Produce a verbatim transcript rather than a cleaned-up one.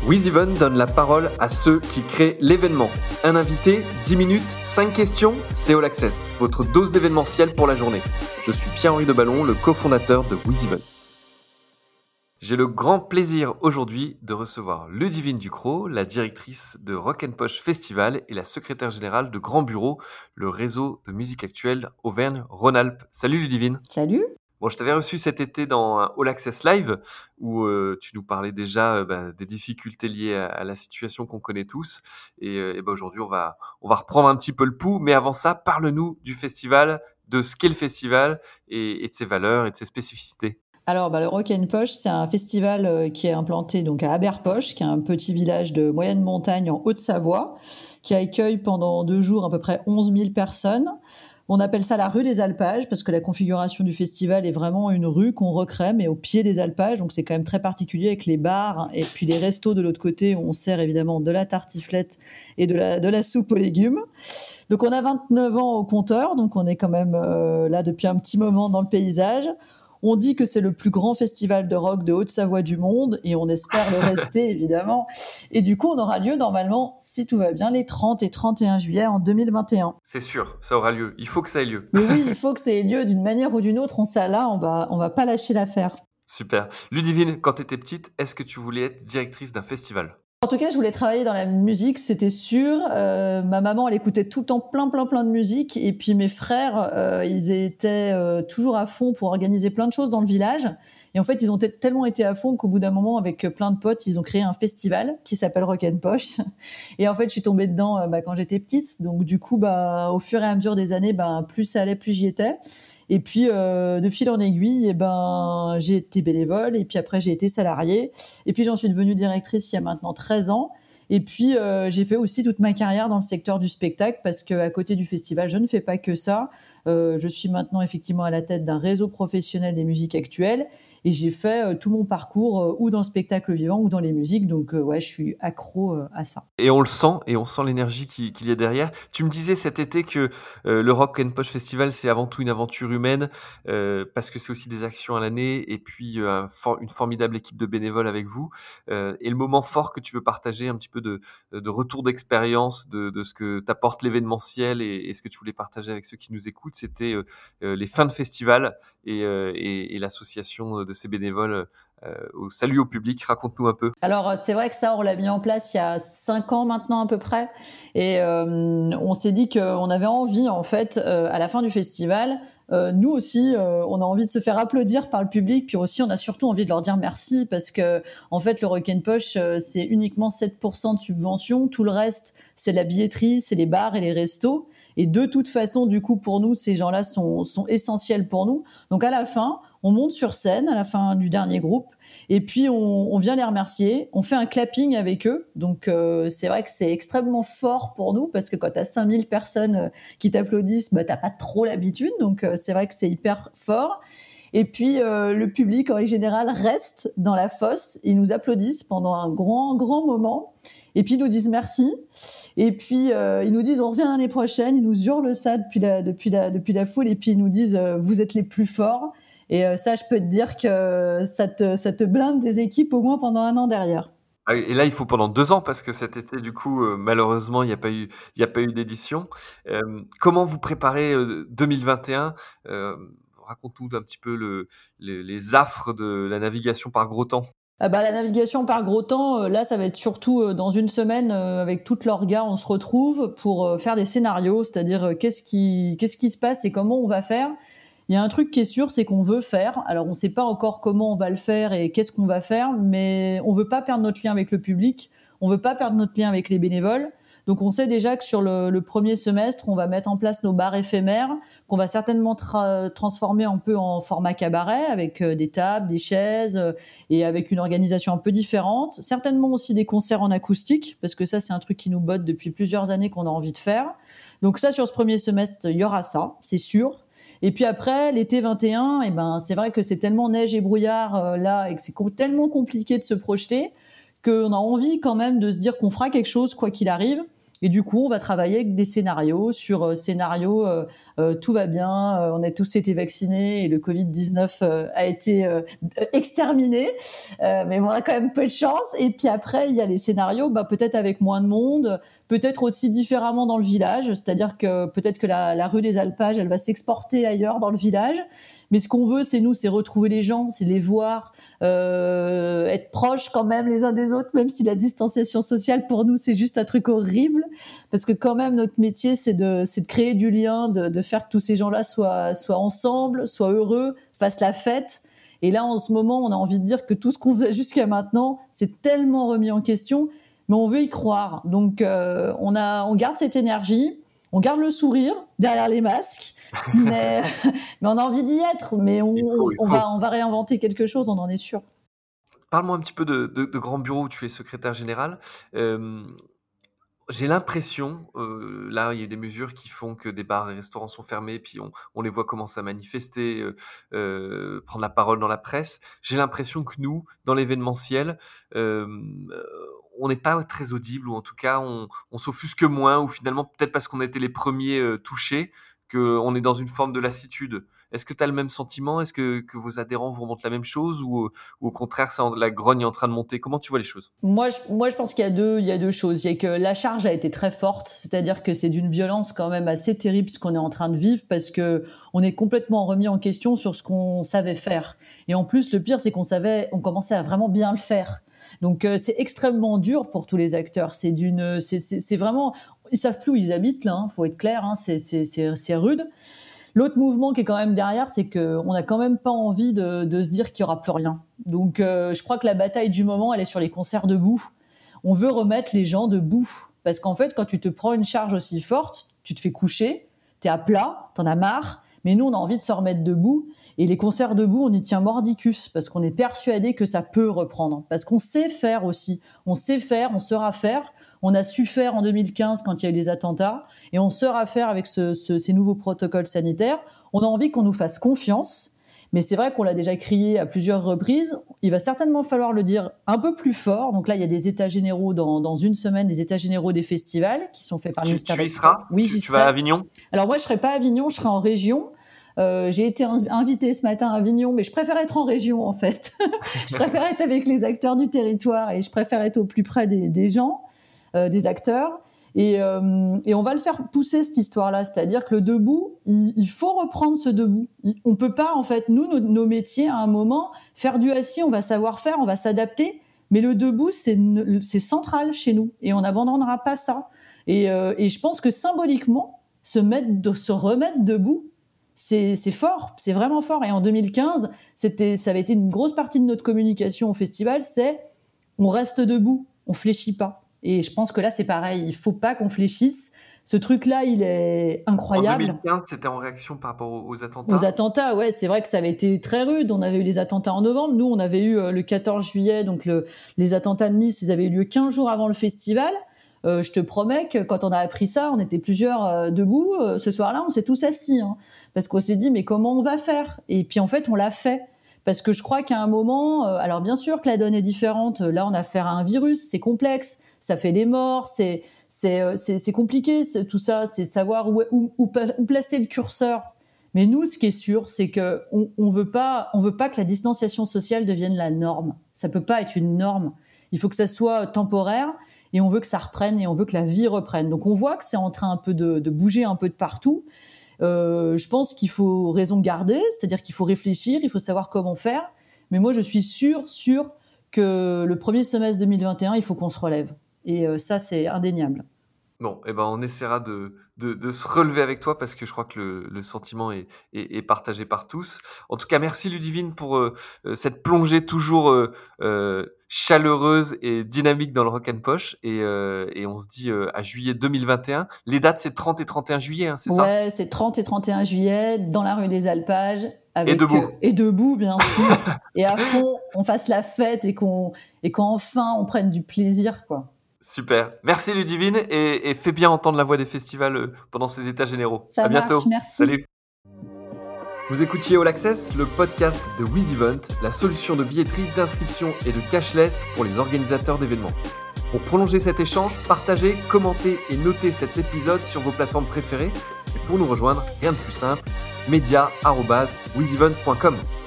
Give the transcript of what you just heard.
WizEven donne la parole à ceux qui créent l'événement. Un invité, dix minutes, cinq questions, c'est All Access, votre dose d'événementiel pour la journée. Je suis Pierre-Henri Deballon, le cofondateur de WizEven. J'ai le grand plaisir aujourd'hui de recevoir Ludivine Ducrot, la directrice de Rock and Posh Festival et la secrétaire générale de Grand Bureau, le réseau de musique actuelle Auvergne-Rhône-Alpes. Salut Ludivine. Salut. Bon, je t'avais reçu cet été dans un All Access Live où euh, tu nous parlais déjà euh, bah, des difficultés liées à, à la situation qu'on connaît tous. Et, euh, et bah, aujourd'hui, on va, on va reprendre un petit peu le pouls. Mais avant ça, parle-nous du festival, de ce qu'est le festival et, et de ses valeurs et de ses spécificités. Alors, bah, le Rock and Posh, c'est un festival euh, qui est implanté donc à Aberpoch, qui est un petit village de moyenne montagne en Haute-Savoie, qui accueille pendant deux jours à peu près onze mille personnes. On appelle ça la rue des Alpages parce que la configuration du festival est vraiment une rue qu'on recrée, mais au pied des Alpages. Donc, c'est quand même très particulier avec les bars et puis les restos de l'autre côté où on sert évidemment de la tartiflette et de la, de la soupe aux légumes. Donc, on a vingt-neuf ans au compteur. Donc, on est quand même euh, là depuis un petit moment dans le paysage. On dit que c'est le plus grand festival de rock de Haute-Savoie du monde et on espère le rester évidemment. Et du coup, on aura lieu normalement, si tout va bien, les trente et trente et un juillet en deux mille vingt et un. C'est sûr, ça aura lieu. Il faut que ça ait lieu. Mais oui, il faut que ça ait lieu d'une manière ou d'une autre. On sera là, on va, on va pas lâcher l'affaire. Super. Ludivine, quand tu étais petite, est-ce que tu voulais être directrice d'un festival ? En tout cas, je voulais travailler dans la musique, c'était sûr. Euh, ma maman, elle écoutait tout le temps plein, plein, plein de musique. Et puis mes frères, euh, ils étaient euh, toujours à fond pour organiser plein de choses dans le village. Et en fait, ils ont t- tellement été à fond qu'au bout d'un moment, avec plein de potes, ils ont créé un festival qui s'appelle Rock and Posh. Et en fait, je suis tombée dedans euh, bah, quand j'étais petite. Donc du coup, bah, au fur et à mesure des années, bah, plus ça allait, plus j'y étais. Et puis, euh, de fil en aiguille, eh ben, j'ai été bénévole et puis après, j'ai été salariée. Et puis, j'en suis devenue directrice il y a maintenant treize ans. Et puis, euh, j'ai fait aussi toute ma carrière dans le secteur du spectacle parce qu'à côté du festival, je ne fais pas que ça. Euh, je suis maintenant effectivement à la tête d'un réseau professionnel des musiques actuelles et j'ai fait euh, tout mon parcours euh, ou dans le spectacle vivant ou dans les musiques. Donc, euh, ouais, je suis accro euh, à ça. Et on le sent, et on sent l'énergie qui, qu'il y a derrière. Tu me disais cet été que euh, le Rock and Posh Festival, c'est avant tout une aventure humaine, euh, parce que c'est aussi des actions à l'année, et puis euh, un for- une formidable équipe de bénévoles avec vous. Euh, et le moment fort que tu veux partager, un petit peu de, de retour d'expérience, de, de ce que t'apporte l'événementiel et, et ce que tu voulais partager avec ceux qui nous écoutent, c'était euh, euh, les fins de festival et, euh, et, et l'association de ces bénévoles euh, au salut au public. Raconte-nous un peu. Alors, c'est vrai que ça, on l'a mis en place il y a cinq ans maintenant à peu près. Et euh, on s'est dit qu'on avait envie, en fait, euh, à la fin du festival, euh, nous aussi, euh, on a envie de se faire applaudir par le public. Puis aussi, on a surtout envie de leur dire merci parce que, en fait, le Rock and Posh, euh, c'est uniquement sept pour cent de subvention. Tout le reste, c'est la billetterie, c'est les bars et les restos. Et de toute façon, du coup, pour nous, ces gens-là sont, sont essentiels pour nous. Donc, à la fin, on monte sur scène, à la fin du dernier groupe. Et puis, on, on vient les remercier. On fait un clapping avec eux. Donc, euh, c'est vrai que c'est extrêmement fort pour nous parce que quand tu as cinq mille personnes euh, qui t'applaudissent, bah, tu n'as pas trop l'habitude. Donc, euh, c'est vrai que c'est hyper fort. Et puis, euh, le public, en général, reste dans la fosse. Ils nous applaudissent pendant un grand, grand moment. Et puis, ils nous disent merci. Et puis, euh, ils nous disent on revient l'année prochaine. Ils nous hurlent ça depuis la, depuis la, depuis la foule. Et puis, ils nous disent euh, vous êtes les plus forts. Et euh, ça, je peux te dire que ça te, ça te blinde des équipes au moins pendant un an derrière. Ah, et là, il faut pendant deux ans parce que cet été, du coup, euh, malheureusement, il n'y a pas eu, il y a pas eu d'édition. Euh, comment vous préparez euh, deux mille vingt et un euh, Raconte-nous un petit peu le, les, les affres de la navigation par gros temps. Ah bah, la navigation par gros temps, euh, là, ça va être surtout euh, dans une semaine euh, avec toute l'orga, on se retrouve pour euh, faire des scénarios, c'est-à-dire euh, qu'est-ce qui, qu'est-ce qui se passe et comment on va faire. Il y a un truc qui est sûr, c'est qu'on veut faire. Alors, on ne sait pas encore comment on va le faire et qu'est-ce qu'on va faire, mais on veut pas perdre notre lien avec le public. On veut pas perdre notre lien avec les bénévoles. Donc, on sait déjà que sur le, le premier semestre, on va mettre en place nos bars éphémères, qu'on va certainement tra- transformer un peu en format cabaret, avec euh, des tables, des chaises, euh, et avec une organisation un peu différente. Certainement aussi des concerts en acoustique, parce que ça, c'est un truc qui nous botte depuis plusieurs années qu'on a envie de faire. Donc ça, sur ce premier semestre, il y aura ça, c'est sûr. Et puis après, l'été vingt et un, eh ben, c'est vrai que c'est tellement neige et brouillard euh, là et que c'est co- tellement compliqué de se projeter qu'on a envie quand même de se dire qu'on fera quelque chose quoi qu'il arrive. Et du coup, on va travailler avec des scénarios sur euh, scénario euh, euh, tout va bien, euh, on a tous été vaccinés et le covid dix-neuf euh, a été euh, exterminé. Euh, mais bon, on a quand même peu de chance. Et puis après, il y a les scénarios, bah, peut-être avec moins de monde, peut-être aussi différemment dans le village. C'est-à-dire que peut-être que la, la rue des Alpages, elle va s'exporter ailleurs dans le village. Mais ce qu'on veut, c'est nous, c'est retrouver les gens, c'est les voir, euh, être proches quand même les uns des autres, même si la distanciation sociale pour nous c'est juste un truc horrible, parce que quand même notre métier c'est de c'est de créer du lien, de, de faire que tous ces gens-là soient soient ensemble, soient heureux, fassent la fête. Et là en ce moment, on a envie de dire que tout ce qu'on faisait jusqu'à maintenant, c'est tellement remis en question, mais on veut y croire. Donc euh, on a on garde cette énergie. On garde le sourire derrière les masques, mais, mais on a envie d'y être. Mais on, faut, on, va, on va réinventer quelque chose, on en est sûr. Parle-moi un petit peu de, de, de Grand Bureau où tu es secrétaire général. Euh, j'ai l'impression, euh, là, il y a des mesures qui font que des bars et restaurants sont fermés, puis on, on les voit commencer à manifester, euh, euh, prendre la parole dans la presse. J'ai l'impression que nous, dans l'événementiel, euh, on n'est pas très audible, ou en tout cas, on, on s'offusque moins, ou finalement, peut-être parce qu'on a été les premiers euh, touchés, qu'on est dans une forme de lassitude. Est-ce que tu as le même sentiment? Est-ce que, que vos adhérents vous remontent la même chose, ou, ou au contraire, ça, la grogne est en train de monter? Comment tu vois les choses? Moi, je, moi, je pense qu'il y a deux, il y a deux choses. Il y a que la charge a été très forte, c'est-à-dire que c'est d'une violence quand même assez terrible ce qu'on est en train de vivre, parce que on est complètement remis en question sur ce qu'on savait faire. Et en plus, le pire, c'est qu'on savait, on commençait à vraiment bien le faire. Donc euh, c'est extrêmement dur pour tous les acteurs. C'est d'une, c'est, c'est, c'est vraiment, ils savent plus où ils habitent là. Hein, faut être clair. Hein, c'est, c'est, c'est, c'est rude. L'autre mouvement qui est quand même derrière, c'est que on n'a quand même pas envie de, de se dire qu'il y aura plus rien. Donc euh, je crois que la bataille du moment, elle est sur les concerts debout. On veut remettre les gens debout, parce qu'en fait, quand tu te prends une charge aussi forte, tu te fais coucher, t'es à plat, t'en as marre. Mais nous, on a envie de se remettre debout. Et les concerts debout, on y tient mordicus, parce qu'on est persuadé que ça peut reprendre. Parce qu'on sait faire aussi. On sait faire, on saura faire. On a su faire en deux mille quinze quand il y a eu les attentats. Et on saura faire avec ce, ce, ces nouveaux protocoles sanitaires. On a envie qu'on nous fasse confiance. Mais c'est vrai qu'on l'a déjà crié à plusieurs reprises. Il va certainement falloir le dire un peu plus fort. Donc là, il y a des états généraux dans, dans une semaine, des états généraux des festivals qui sont faits par le ministère. Tu y seras? Oui, tu, j'y tu serai. vas à Avignon? Alors moi, je serai pas à Avignon, je serai en région. Euh, j'ai été invitée ce matin à Avignon, mais je préfère être en région en fait. Je préfère être avec les acteurs du territoire et je préfère être au plus près des, des gens, euh, des acteurs. Et, euh, et on va le faire pousser cette histoire-là, c'est-à-dire que le debout, il, il faut reprendre ce debout. Il, on peut pas en fait, nous, nos, nos métiers, à un moment, faire du assis, on va savoir faire, on va s'adapter, mais le debout, c'est, c'est central chez nous et on n'abandonnera pas ça. Et, euh, et je pense que symboliquement, se mettre, de, se remettre debout, C'est, c'est fort, c'est vraiment fort. Et en deux mille quinze, c'était, ça avait été une grosse partie de notre communication au festival, c'est on reste debout, on fléchit pas. Et je pense que là, c'est pareil, il faut pas qu'on fléchisse. Ce truc-là, il est incroyable. En deux mille quinze, c'était en réaction par rapport aux, aux attentats? Aux attentats, ouais, c'est vrai que ça avait été très rude. On avait eu les attentats en novembre. Nous, on avait eu euh, le quatorze juillet, donc le, les attentats de Nice, ils avaient eu lieu quinze jours avant le festival. Euh, je te promets que quand on a appris ça, on était plusieurs euh, debout. Euh, ce soir-là, on s'est tous assis, hein, parce qu'on s'est dit mais comment on va faire? Et puis en fait, on l'a fait parce que je crois qu'à un moment, euh, alors bien sûr que la donne est différente. Là, on a affaire à un virus, c'est complexe, ça fait des morts, c'est c'est euh, c'est, c'est compliqué, c'est, tout ça, c'est savoir où, où, où, où placer le curseur. Mais nous, ce qui est sûr, c'est que on, on veut pas, on veut pas que la distanciation sociale devienne la norme. Ça peut pas être une norme. Il faut que ça soit temporaire. Et on veut que ça reprenne et on veut que la vie reprenne. Donc on voit que c'est en train un peu de, de bouger un peu de partout. Euh, je pense qu'il faut raison garder, c'est-à-dire qu'il faut réfléchir, il faut savoir comment faire. Mais moi, je suis sûre, sûre que le premier semestre deux mille vingt et un, il faut qu'on se relève. Et euh, ça, c'est indéniable. Bon, eh ben, on essaiera de, de, de se relever avec toi parce que je crois que le, le sentiment est, est, est partagé par tous. En tout cas, merci Ludivine pour euh, cette plongée toujours euh, euh, chaleureuse et dynamique dans le Rock and Poche. Et, euh, et on se dit euh, à juillet deux mille vingt et un. Les dates, c'est trente et trente et un juillet, hein, c'est ouais, ça? Ouais, c'est trente et trente et un juillet, dans la rue des Alpages. Avec, et debout. Euh, et debout, bien sûr. Et à fond, on fasse la fête et qu'on et qu'enfin on prenne du plaisir, quoi. Super. Merci Ludivine et, et fais bien entendre la voix des festivals pendant ces états généraux. Ça à marche, bientôt. merci. Salut. Vous écoutiez All Access, le podcast de WizEvent, la solution de billetterie, d'inscription et de cashless pour les organisateurs d'événements. Pour prolonger cet échange, partagez, commentez et notez cet épisode sur vos plateformes préférées. Et pour nous rejoindre, rien de plus simple, media arobase wizeven point com.